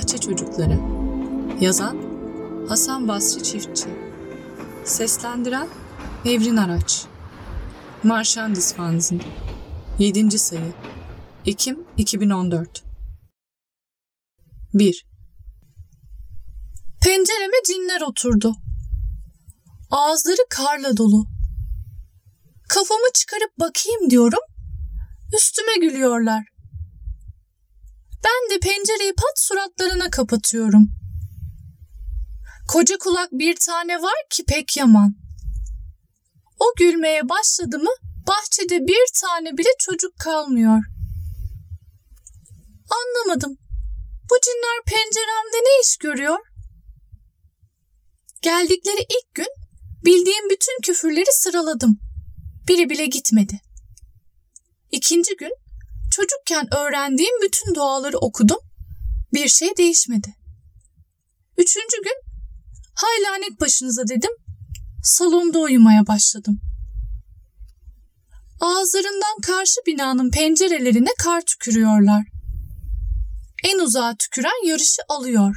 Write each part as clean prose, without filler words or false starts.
Bahçe Çocukları. Yazan Hasan Basri Çiftçi. Seslendiren Evrin Araç. Marşandis Fanzin. 7. sayı. Ekim 2014. 1. Pencereme cinler oturdu. Ağızları karla dolu. Kafamı çıkarıp bakayım diyorum. Üstüme gülüyorlar. Ben de pencereyi pat suratlarına kapatıyorum. Koca kulak bir tane var ki pek yaman. O gülmeye başladı mı bahçede bir tane bile çocuk kalmıyor. Anlamadım. Bu cinler penceremde ne iş görüyor? Geldikleri ilk gün bildiğim bütün küfürleri sıraladım. Biri bile gitmedi. İkinci gün çocukken öğrendiğim bütün duaları okudum. Bir şey değişmedi. Üçüncü gün hay lanet başınıza dedim. Salonda uyumaya başladım. Ağızlarından karşı binanın pencerelerine kar tükürüyorlar. En uzağa tüküren yarışı alıyor.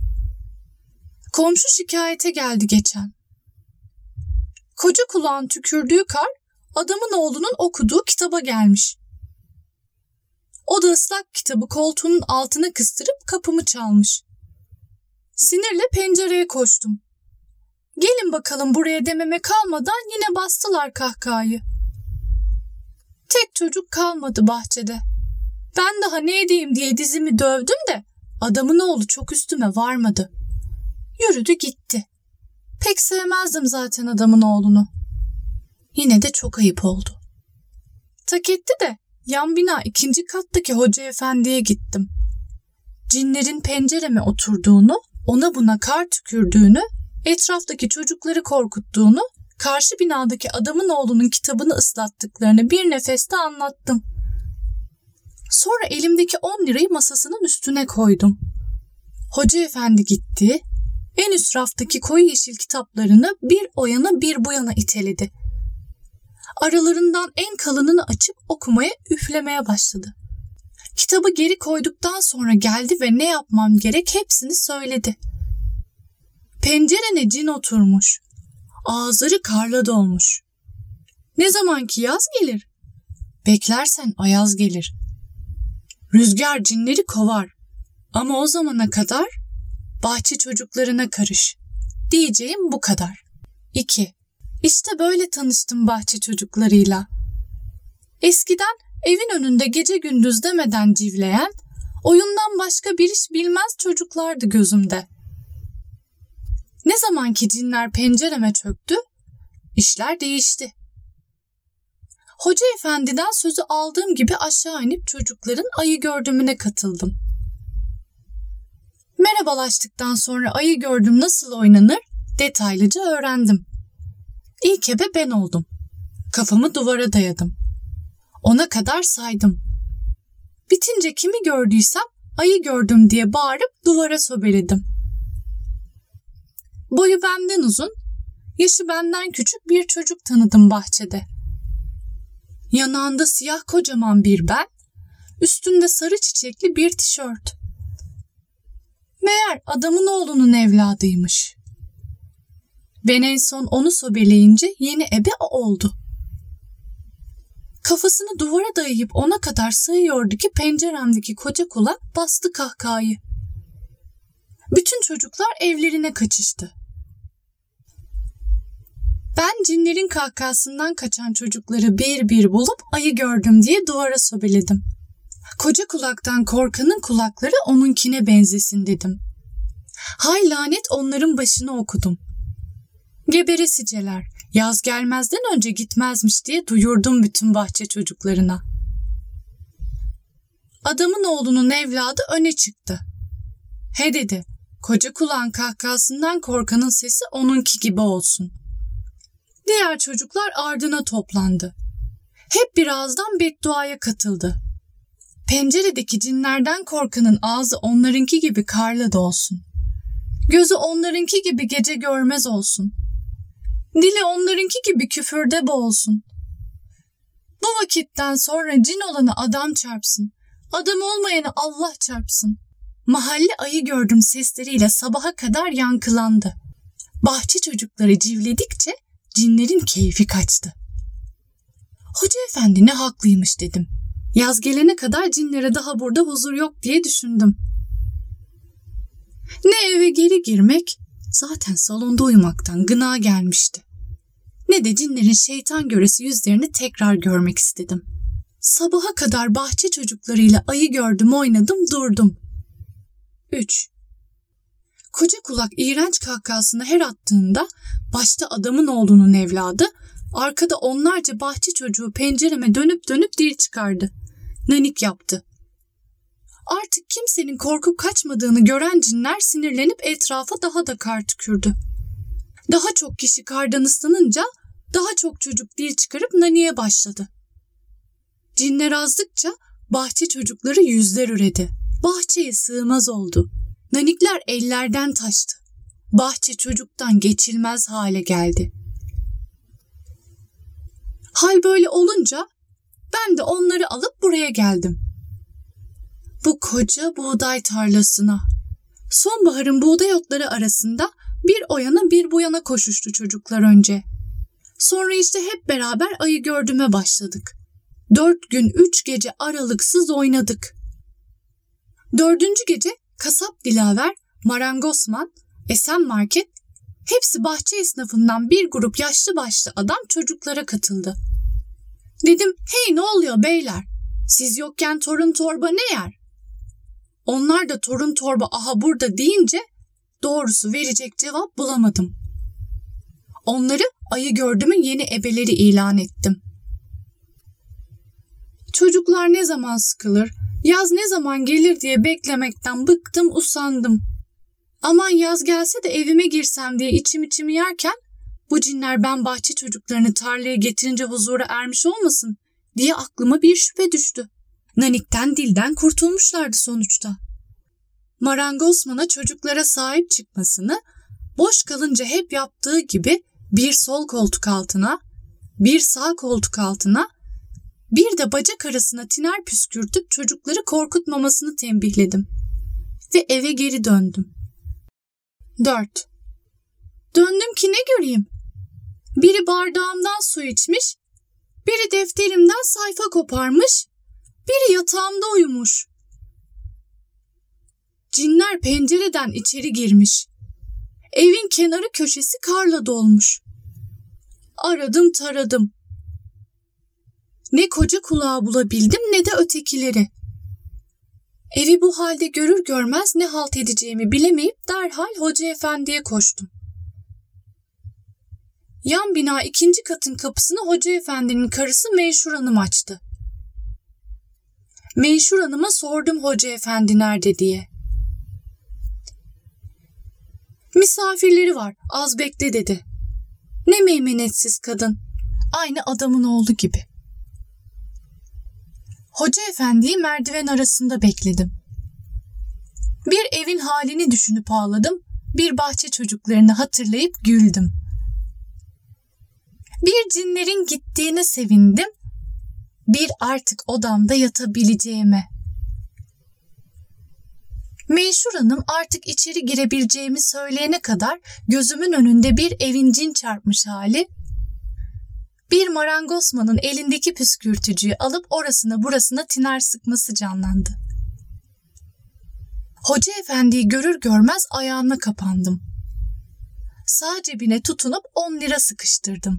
Komşu şikayete geldi geçen. Koca kulağın tükürdüğü kar adamın oğlunun okuduğu kitaba gelmiş. O da ıslak kitabı koltuğunun altına kıstırıp kapımı çalmış. Sinirle pencereye koştum. Gelin bakalım buraya dememe kalmadan yine bastılar kahkahayı. Tek çocuk kalmadı bahçede. Ben daha ne edeyim diye dizimi dövdüm de adamın oğlu çok üstüme varmadı. Yürüdü gitti. Pek sevmezdim zaten adamın oğlunu. Yine de çok ayıp oldu. Tak etti de yan bina 2. kattaki hoca efendiye gittim. Cinlerin pencereme oturduğunu, ona buna kar tükürdüğünü, etraftaki çocukları korkuttuğunu, karşı binadaki adamın oğlunun kitabını ıslattıklarını bir nefeste anlattım. Sonra elimdeki 10 lirayı masasının üstüne koydum. Hoca efendi gitti, en üst raftaki koyu yeşil kitaplarını bir o yana bir bu yana iteledi. Aralarından en kalınını açıp okumaya, üflemeye başladı. Kitabı geri koyduktan sonra geldi ve ne yapmam gerek hepsini söyledi. Pencerene cin oturmuş. Ağızları karla dolmuş. Ne zamanki yaz gelir, beklersen ayaz gelir. Rüzgar cinleri kovar. Ama o zamana kadar bahçe çocuklarına karış. Diyeceğim bu kadar. 2. İşte böyle tanıştım bahçe çocuklarıyla. Eskiden evin önünde gece gündüz demeden civleyen, oyundan başka bir iş bilmez çocuklardı gözümde. Ne zamanki cinler pencereme çöktü, işler değişti. Hoca efendiden sözü aldığım gibi aşağı inip çocukların ayı gördümüne katıldım. Merhabalaştıktan sonra ayı gördüm nasıl oynanır detaylıca öğrendim. İlk ebe ben oldum. Kafamı duvara dayadım. 10'a kadar saydım. Bitince kimi gördüysem ayı gördüm diye bağırıp duvara sobeledim. Boyu benden uzun, yaşı benden küçük bir çocuk tanıdım bahçede. Yanağında siyah kocaman bir ben, üstünde sarı çiçekli bir tişört. Meğer adamın oğlunun evladıymış. Ben en son onu sobeleyince yeni ebe o oldu. Kafasını duvara dayayıp ona kadar sayıyordu ki penceremdeki koca kulak bastı kahkahayı. Bütün çocuklar evlerine kaçıştı. Ben cinlerin kahkahasından kaçan çocukları bir bir bulup ayı gördüm diye duvara sobeledim. Koca kulaktan korkanın kulakları onunkine benzesin dedim. Hay lanet onların başına okudum. Geberesiceler, yaz gelmezden önce gitmezmiş diye duyurdum bütün bahçe çocuklarına. Adamın oğlunun evladı öne çıktı. He dedi, koca kulağın kahkahasından korkanın sesi onunki gibi olsun. Diğer çocuklar ardına toplandı. Hep birazdan bedduaya katıldı. Penceredeki cinlerden korkanın ağzı onlarınki gibi karla dolsun. Gözü onlarınki gibi gece görmez olsun. Dili onlarınki gibi küfürde boğulsun. Bu vakitten sonra cin olanı adam çarpsın, adam olmayanı Allah çarpsın. Mahalle ayı gördüm sesleriyle sabaha kadar yankılandı. Bahçe çocukları civledikçe cinlerin keyfi kaçtı. Hoca efendi ne haklıymış dedim. Yaz gelene kadar cinlere daha burada huzur yok diye düşündüm. Ne eve geri girmek, zaten salonda uyumaktan gına gelmişti. Ne de cinlerin şeytan göresi yüzlerini tekrar görmek istedim. Sabaha kadar bahçe çocuklarıyla ayı gördüm, oynadım, durdum. 3. Koca kulak iğrenç kahkahasını her attığında başta adamın oğlunun evladı, arkada onlarca bahçe çocuğu pencereme dönüp dönüp dil çıkardı. Nanik yaptı. Artık kimsenin korkup kaçmadığını gören cinler sinirlenip etrafa daha da kar tükürdü. Daha çok kişi kardan ıslanınca daha çok çocuk dil çıkarıp naniye başladı. Cinler azdıkça bahçe çocukları yüzler üredi. Bahçeye sığmaz oldu. Nanikler ellerden taştı. Bahçe çocuktan geçilmez hale geldi. Hal böyle olunca ben de onları alıp buraya geldim. Bu koca buğday tarlasına. Sonbaharın buğday otları arasında bir o yana bir bu yana koşuştu çocuklar önce. Sonra işte hep beraber ayı gördüme başladık. 4 gün 3 gece aralıksız oynadık. 4. gece kasap Dilaver, marangozman, Esen Market, hepsi bahçe esnafından bir grup yaşlı başlı adam çocuklara katıldı. Dedim, hey ne oluyor beyler? Siz yokken torun torba ne yer? Onlar da torun torba aha burada deyince doğrusu verecek cevap bulamadım. Onları ayı gördümün yeni ebeleri ilan ettim. Çocuklar ne zaman sıkılır, yaz ne zaman gelir diye beklemekten bıktım, usandım. Aman yaz gelse de evime girsem diye içim yerken bu cinler ben bahçe çocuklarını tarlaya getirince huzura ermiş olmasın diye aklıma bir şüphe düştü. Nanikten dilden kurtulmuşlardı sonuçta. Marangozmana çocuklara sahip çıkmasını, boş kalınca hep yaptığı gibi bir sol koltuk altına, bir sağ koltuk altına, bir de bacak arasına tiner püskürtüp çocukları korkutmamasını tembihledim. Ve eve geri döndüm. 4. Döndüm ki ne göreyim? Biri bardağımdan su içmiş, biri defterimden sayfa koparmış, biri yatağımda uyumuş. Cinler pencereden içeri girmiş. Evin kenarı köşesi karla dolmuş. Aradım taradım. Ne koca kulağı bulabildim ne de ötekileri. Evi bu halde görür görmez ne halt edeceğimi bilemeyip derhal Hoca Efendi'ye koştum. Yan bina 2. katın kapısını Hoca Efendi'nin karısı Menşur Hanım açtı. Menşur Hanım'a sordum Hoca Efendi nerede diye. Misafirleri var, az bekle dedi. Ne meymenetsiz kadın, aynı adamın oğlu gibi. Hoca Efendi'yi merdiven arasında bekledim. Bir evin halini düşünüp ağladım, bir bahçe çocuklarını hatırlayıp güldüm. Bir cinlerin gittiğine sevindim, bir artık odamda yatabileceğime. Menşur Hanım artık içeri girebileceğimi söyleyene kadar gözümün önünde bir evin cin çarpmış hali, bir marangozmanın elindeki püskürtücüyü alıp orasına burasına tiner sıkması canlandı. Hoca Efendi'yi görür görmez ayağına kapandım. Sağ cebine tutunup 10 lira sıkıştırdım.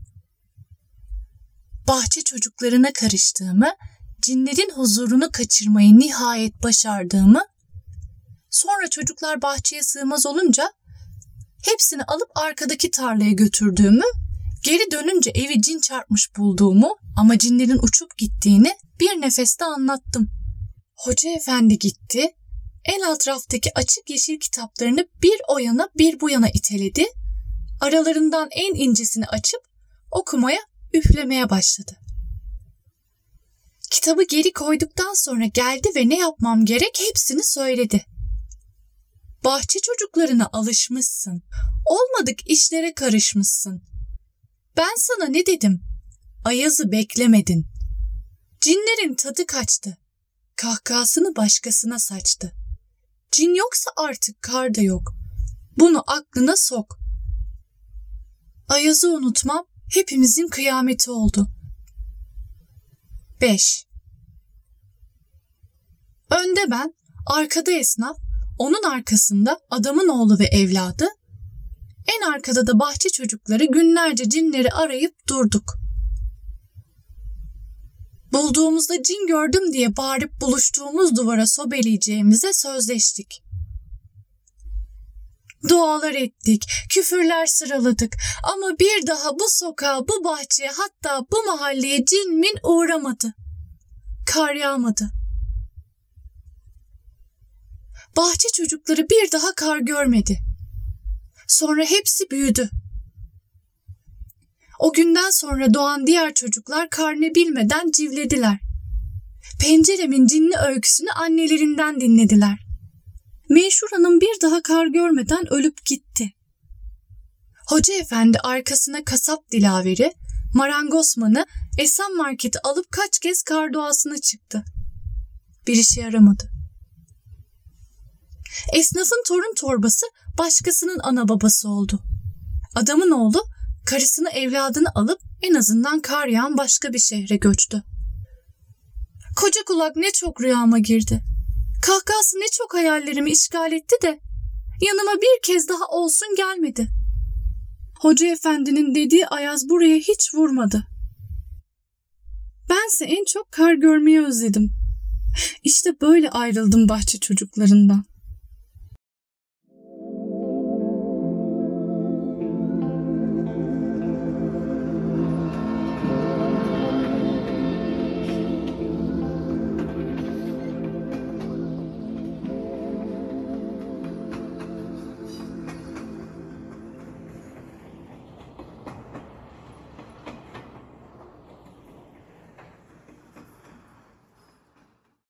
Bahçe çocuklarına karıştığımı, cinlerin huzurunu kaçırmayı nihayet başardığımı, sonra çocuklar bahçeye sığmaz olunca hepsini alıp arkadaki tarlaya götürdüğümü, geri dönünce evi cin çarpmış bulduğumu ama cinlerin uçup gittiğini bir nefeste anlattım. Hoca Efendi gitti, en alt raftaki açık yeşil kitaplarını bir o yana bir bu yana iteledi, aralarından en incesini açıp okumaya, üflemeye başladı. Kitabı geri koyduktan sonra geldi ve ne yapmam gerek hepsini söyledi. Bahçe çocuklarına alışmışsın, olmadık işlere karışmışsın. Ben sana ne dedim? Ayazı beklemedin. Cinlerin tadı kaçtı. Kahkahasını başkasına saçtı. Cin yoksa artık kar da yok. Bunu aklına sok. Ayaz'ı unutmam hepimizin kıyameti oldu. 5. Önde ben, arkada esnaf, onun arkasında adamın oğlu ve evladı, en arkada da bahçe çocukları günlerce cinleri arayıp durduk. Bulduğumuzda cin gördüm diye bağırıp buluştuğumuz duvara sobeleyeceğimize sözleştik. Dualar ettik, küfürler sıraladık ama bir daha bu sokağa, bu bahçeye, hatta bu mahalleye cin min uğramadı. Kar yağmadı. Bahçe çocukları bir daha kar görmedi. Sonra hepsi büyüdü. O günden sonra doğan diğer çocuklar karne bilmeden civlediler. Penceremin cinli öyküsünü annelerinden dinlediler. Meşhur Hanım bir daha kar görmeden ölüp gitti. Hoca efendi arkasına kasap dilaveri, marangozmanı, Esen marketi alıp kaç kez kar duasına çıktı. Bir işe yaramadı. Esnafın torun torbası başkasının ana babası oldu. Adamın oğlu karısını evladını alıp en azından kar yağan başka bir şehre göçtü. Koca kulak ne çok rüyama girdi. Kahkahası ne çok hayallerimi işgal etti de yanıma bir kez daha olsun gelmedi. Hoca efendinin dediği ayaz buraya hiç vurmadı. Bense en çok kar görmeyi özledim. İşte böyle ayrıldım bahçe çocuklarından.